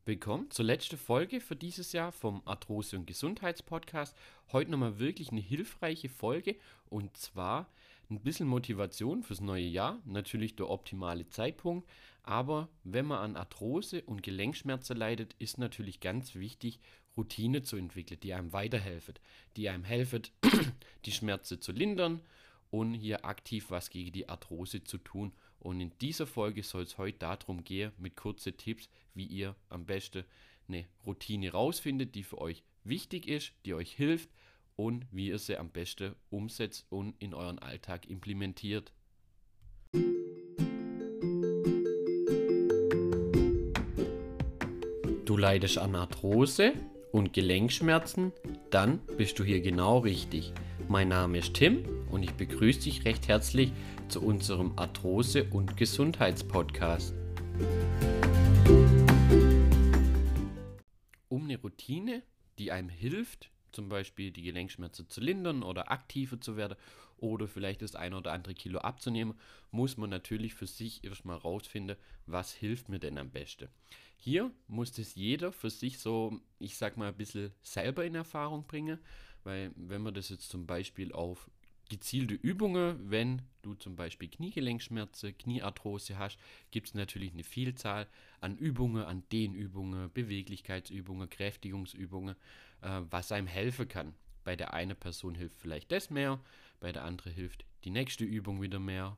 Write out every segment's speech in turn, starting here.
Willkommen zur letzten Folge für dieses Jahr vom Arthrose- und Gesundheitspodcast. Heute nochmal wirklich eine hilfreiche Folge und zwar ein bisschen Motivation fürs neue Jahr, natürlich der optimale Zeitpunkt, aber wenn man an Arthrose und Gelenkschmerzen leidet, ist natürlich ganz wichtig, Routine zu entwickeln, die einem weiterhelfen, die einem helfen, die Schmerzen zu lindern und hier aktiv was gegen die Arthrose zu tun. Und in dieser Folge soll es heute darum gehen, mit kurzen Tipps, wie ihr am besten eine Routine rausfindet, die für euch wichtig ist, die euch hilft und wie ihr sie am besten umsetzt und in euren Alltag implementiert. Du leidest an Arthrose und Gelenkschmerzen? Dann bist du hier genau richtig. Mein Name ist Tim und ich begrüße dich recht herzlich zu unserem Arthrose- und Gesundheitspodcast. Um eine Routine, die einem hilft, zum Beispiel die Gelenkschmerzen zu lindern oder aktiver zu werden oder vielleicht das ein oder andere Kilo abzunehmen, muss man natürlich für sich erstmal rausfinden, was hilft mir denn am besten. Hier muss das jeder für sich so, ich sag mal, ein bisschen selber in Erfahrung bringen, weil wenn man das jetzt zum Beispiel auf gezielte Übungen, wenn du zum Beispiel Kniegelenkschmerzen, Kniearthrose hast, gibt es natürlich eine Vielzahl an Übungen, an Dehnübungen, Beweglichkeitsübungen, Kräftigungsübungen, was einem helfen kann. Bei der einen Person hilft vielleicht das mehr, bei der anderen hilft die nächste Übung wieder mehr,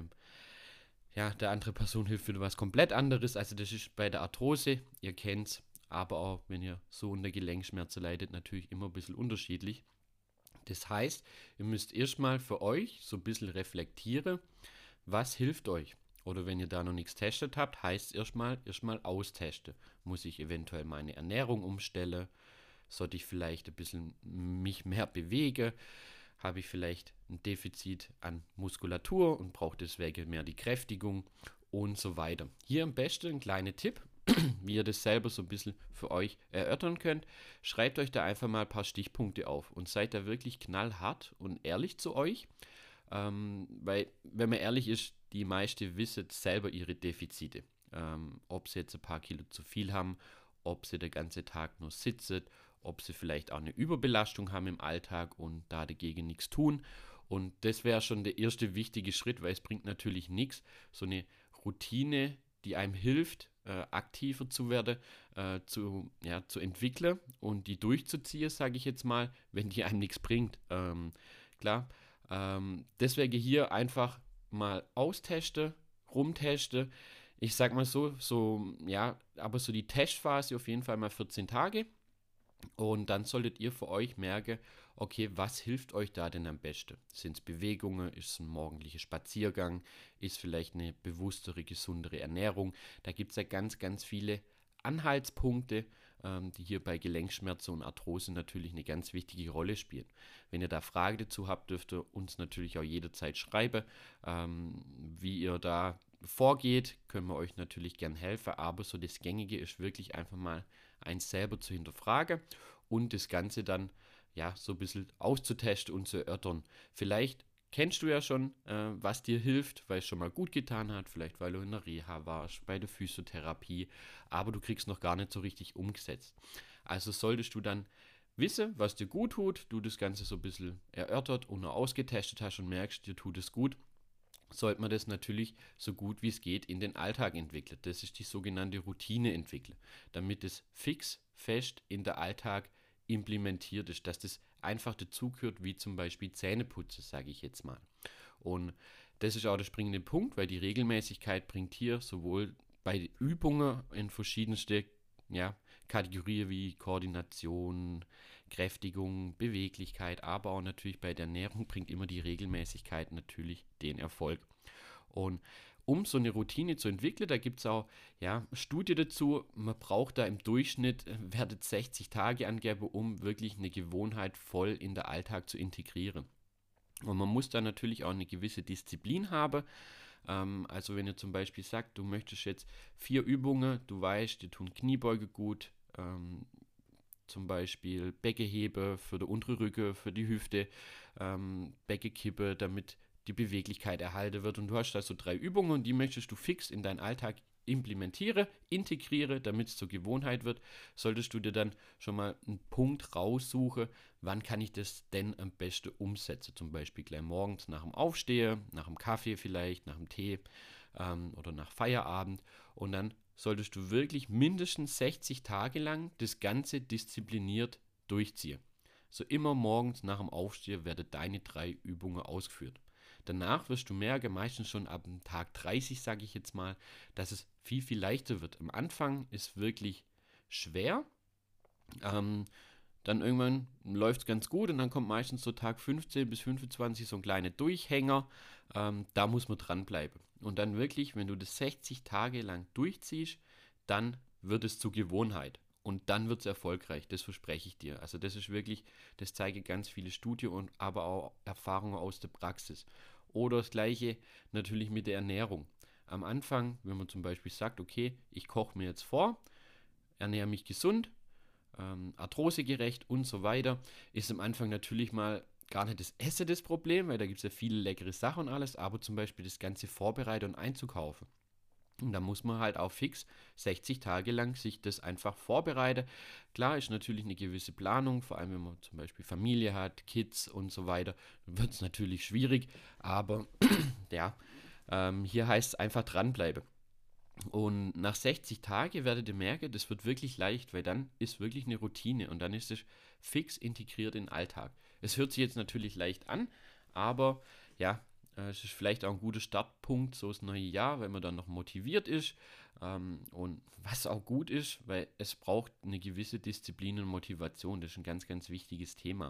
der andere Person hilft wieder was komplett anderes. Also das ist bei der Arthrose, ihr kennt es, aber auch wenn ihr so unter Gelenkschmerzen leidet, natürlich immer ein bisschen unterschiedlich. Das heißt, ihr müsst erstmal für euch so ein bisschen reflektieren, was hilft euch. Oder wenn ihr da noch nichts testet habt, heißt es erstmal austesten. Muss ich eventuell meine Ernährung umstellen? Sollte ich vielleicht ein bisschen mich mehr bewegen? Habe ich vielleicht ein Defizit an Muskulatur und brauche deswegen mehr die Kräftigung und so weiter. Hier am besten ein kleiner Tipp, wie ihr das selber so ein bisschen für euch erörtern könnt. Schreibt euch da einfach mal ein paar Stichpunkte auf und seid da wirklich knallhart und ehrlich zu euch. Weil, wenn man ehrlich ist, die meisten wissen selber ihre Defizite. Ob sie jetzt ein paar Kilo zu viel haben, ob sie den ganzen Tag nur sitzen, ob sie vielleicht auch eine Überbelastung haben im Alltag und da dagegen nichts tun. Und das wäre schon der erste wichtige Schritt, weil es bringt natürlich nichts, so eine Routine, die einem hilft, aktiver zu werden, zu entwickeln und die durchzuziehen, sage ich jetzt mal, wenn die einem nichts bringt. Klar, deswegen hier einfach mal austesten, rumtesten. Ich sag mal aber so die Testphase auf jeden Fall mal 14 Tage. Und dann solltet ihr für euch merken, okay, was hilft euch da denn am besten? Sind es Bewegungen? Ist es ein morgendlicher Spaziergang? Ist vielleicht eine bewusstere, gesundere Ernährung? Da gibt es ja ganz, ganz viele Anhaltspunkte, die hier bei Gelenkschmerzen und Arthrose natürlich eine ganz wichtige Rolle spielen. Wenn ihr da Fragen dazu habt, dürft ihr uns natürlich auch jederzeit schreiben, wie ihr da vorgeht, können wir euch natürlich gern helfen, aber so das Gängige ist wirklich einfach mal eins selber zu hinterfragen und das Ganze dann so ein bisschen auszutesten und zu erörtern. Vielleicht kennst du ja schon, was dir hilft, weil es schon mal gut getan hat, vielleicht weil du in der Reha warst, bei der Physiotherapie, aber du kriegst noch gar nicht so richtig umgesetzt. Also solltest du dann wissen, was dir gut tut, du das Ganze so ein bisschen erörtert und ausgetestet hast und merkst, dir tut es gut, sollte man das natürlich so gut wie es geht in den Alltag entwickeln. Das ist die sogenannte Routine entwickeln, damit es fix, fest in der Alltag implementiert ist, dass das einfach dazugehört, wie zum Beispiel Zähneputzen, sage ich jetzt mal. Und das ist auch der springende Punkt, weil die Regelmäßigkeit bringt hier sowohl bei Übungen in verschiedenste Kategorien wie Koordination, Kräftigung, Beweglichkeit, aber auch natürlich bei der Ernährung bringt immer die Regelmäßigkeit natürlich den Erfolg. Und um so eine Routine zu entwickeln, da gibt es auch Studien dazu, man braucht da im Durchschnitt, werdet 60 Tage angeben, um wirklich eine Gewohnheit voll in den Alltag zu integrieren. Und man muss da natürlich auch eine gewisse Disziplin haben. Also wenn ihr zum Beispiel sagt, du möchtest jetzt 4 Übungen, du weißt, dir tun Kniebeuge gut, zum Beispiel Beckehebe für den unteren Rücken, für die Hüfte, Beckenkippe, damit die Beweglichkeit erhalten wird. Und du hast da so 3 Übungen und die möchtest du fix in deinen Alltag implementiere, integriere, damit es zur Gewohnheit wird, solltest du dir dann schon mal einen Punkt raussuchen, wann kann ich das denn am besten umsetzen. Zum Beispiel gleich morgens nach dem Aufstehen, nach dem Kaffee vielleicht, nach dem Tee oder nach Feierabend. Und dann solltest du wirklich mindestens 60 Tage lang das Ganze diszipliniert durchziehen. So immer morgens nach dem Aufstehen werden deine 3 Übungen ausgeführt. Danach wirst du merken, meistens schon ab dem Tag 30, sage ich jetzt mal, dass es viel, viel leichter wird. Am Anfang ist wirklich schwer. Ähm, Dann irgendwann läuft es ganz gut und dann kommt meistens so Tag 15 bis 25 so ein kleiner Durchhänger. Da muss man dranbleiben. Und dann wirklich, wenn du das 60 Tage lang durchziehst, dann wird es zur Gewohnheit. Und dann wird es erfolgreich, das verspreche ich dir. Also das ist wirklich, das zeige ganz viele Studien und aber auch Erfahrungen aus der Praxis. Oder das gleiche natürlich mit der Ernährung. Am Anfang, wenn man zum Beispiel sagt, okay, ich koche mir jetzt vor, ernähre mich gesund, arthrosegerecht und so weiter, ist am Anfang natürlich mal gar nicht das Essen das Problem, weil da gibt es ja viele leckere Sachen und alles, aber zum Beispiel das Ganze vorbereiten und einzukaufen. Und da muss man halt auch fix 60 Tage lang sich das einfach vorbereiten. Klar ist natürlich eine gewisse Planung, vor allem wenn man zum Beispiel Familie hat, Kids und so weiter, wird es natürlich schwierig, aber ja, hier heißt es einfach dranbleiben. Und nach 60 Tagen werdet ihr merken, das wird wirklich leicht, weil dann ist wirklich eine Routine und dann ist es fix integriert in den Alltag. Es hört sich jetzt natürlich leicht an, aber ja, es ist vielleicht auch ein guter Startpunkt, so das neue Jahr, wenn man dann noch motiviert ist. Und was auch gut ist, weil es braucht eine gewisse Disziplin und Motivation. Das ist ein ganz, ganz wichtiges Thema.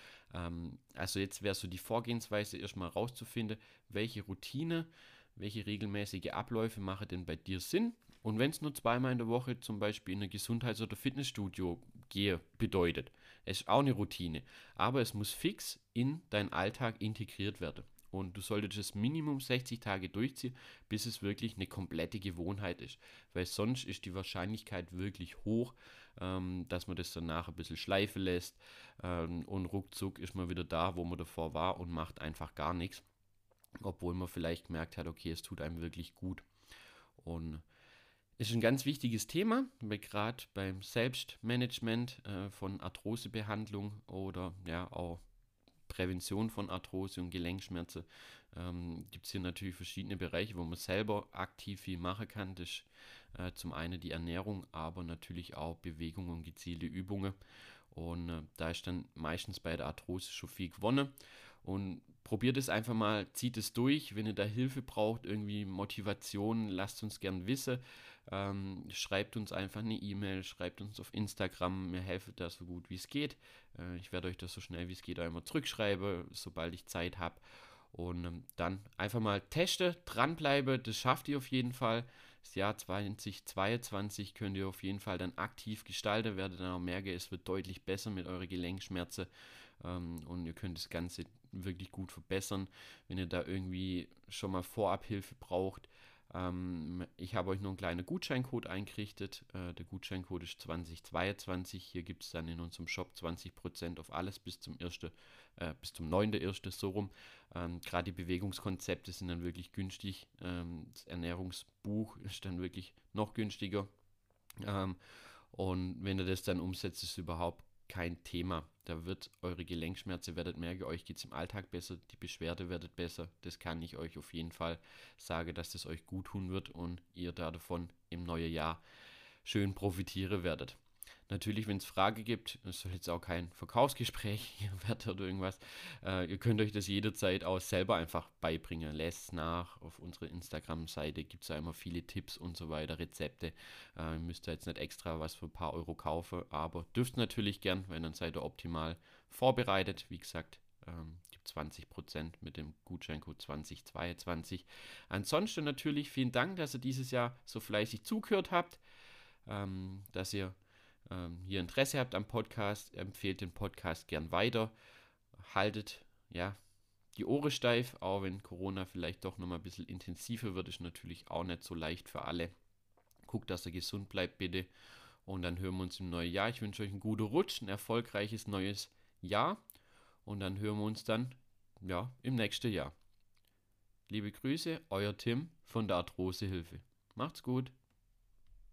Also jetzt wäre so die Vorgehensweise erstmal rauszufinden, welche Routine, welche regelmäßige Abläufe machen denn bei dir Sinn. Und wenn es nur 2-mal in der Woche zum Beispiel in ein Gesundheits- oder Fitnessstudio gehe, bedeutet, es ist auch eine Routine, aber es muss fix in deinen Alltag integriert werden. Und du solltest es Minimum 60 Tage durchziehen, bis es wirklich eine komplette Gewohnheit ist. Weil sonst ist die Wahrscheinlichkeit wirklich hoch, dass man das danach ein bisschen schleifen lässt und ruckzuck ist man wieder da, wo man davor war und macht einfach gar nichts. Obwohl man vielleicht gemerkt hat, okay, es tut einem wirklich gut. Und es ist ein ganz wichtiges Thema, weil gerade beim Selbstmanagement von Arthrosebehandlung oder ja auch Prävention von Arthrose und Gelenkschmerzen gibt es hier natürlich verschiedene Bereiche, wo man selber aktiv viel machen kann. Das ist zum einen die Ernährung, aber natürlich auch Bewegung und gezielte Übungen. Und da ist dann meistens bei der Arthrose schon viel gewonnen. Und probiert es einfach mal, zieht es durch. Wenn ihr da Hilfe braucht, irgendwie Motivation, lasst uns gern wissen. Schreibt uns einfach eine E-Mail, schreibt uns auf Instagram. Mir helfen da so gut wie es geht. Ich werde euch das so schnell wie es geht einmal zurückschreiben, sobald ich Zeit habe. Und dann einfach mal testen, dranbleiben. Das schafft ihr auf jeden Fall. Das Jahr 2022 könnt ihr auf jeden Fall dann aktiv gestalten, werdet dann auch merken, es wird deutlich besser mit euren Gelenkschmerzen und ihr könnt das Ganze wirklich gut verbessern, wenn ihr da irgendwie schon mal Vorabhilfe braucht. Ich habe euch noch einen kleinen Gutscheincode eingerichtet. Der Gutscheincode ist 2022. Hier gibt es dann in unserem Shop 20% auf alles bis zum 9.1. so rum. Gerade die Bewegungskonzepte sind dann wirklich günstig. Das Ernährungsbuch ist dann wirklich noch günstiger. Und wenn ihr das dann umsetzt, ist es überhaupt kein Thema. Da wird eure Gelenkschmerzen, werdet merken, euch geht es im Alltag besser, die Beschwerde werdet besser. Das kann ich euch auf jeden Fall sagen, dass das euch gut tun wird und ihr da davon im neuen Jahr schön profitieren werdet. Natürlich, wenn es Fragen gibt, es soll jetzt auch kein Verkaufsgespräch hier werden oder irgendwas, ihr könnt euch das jederzeit auch selber einfach beibringen. Lest nach, auf unserer Instagram-Seite gibt es ja immer viele Tipps und so weiter, Rezepte. Ihr müsst da jetzt nicht extra was für ein paar Euro kaufen, aber dürft natürlich gern, weil dann seid ihr optimal vorbereitet. Wie gesagt, gibt 20% mit dem Gutscheincode 2022. Ansonsten natürlich vielen Dank, dass ihr dieses Jahr so fleißig zugehört habt, dass ihr hier Interesse habt am Podcast, empfehlt den Podcast gern weiter. Haltet ja die Ohren steif, auch wenn Corona vielleicht doch nochmal ein bisschen intensiver wird, ist natürlich auch nicht so leicht für alle. Guckt, dass ihr gesund bleibt, bitte. Und dann hören wir uns im neuen Jahr. Ich wünsche euch einen guten Rutsch, ein erfolgreiches neues Jahr. Und dann hören wir uns dann ja im nächsten Jahr. Liebe Grüße, euer Tim von der Arthrosehilfe. Macht's gut.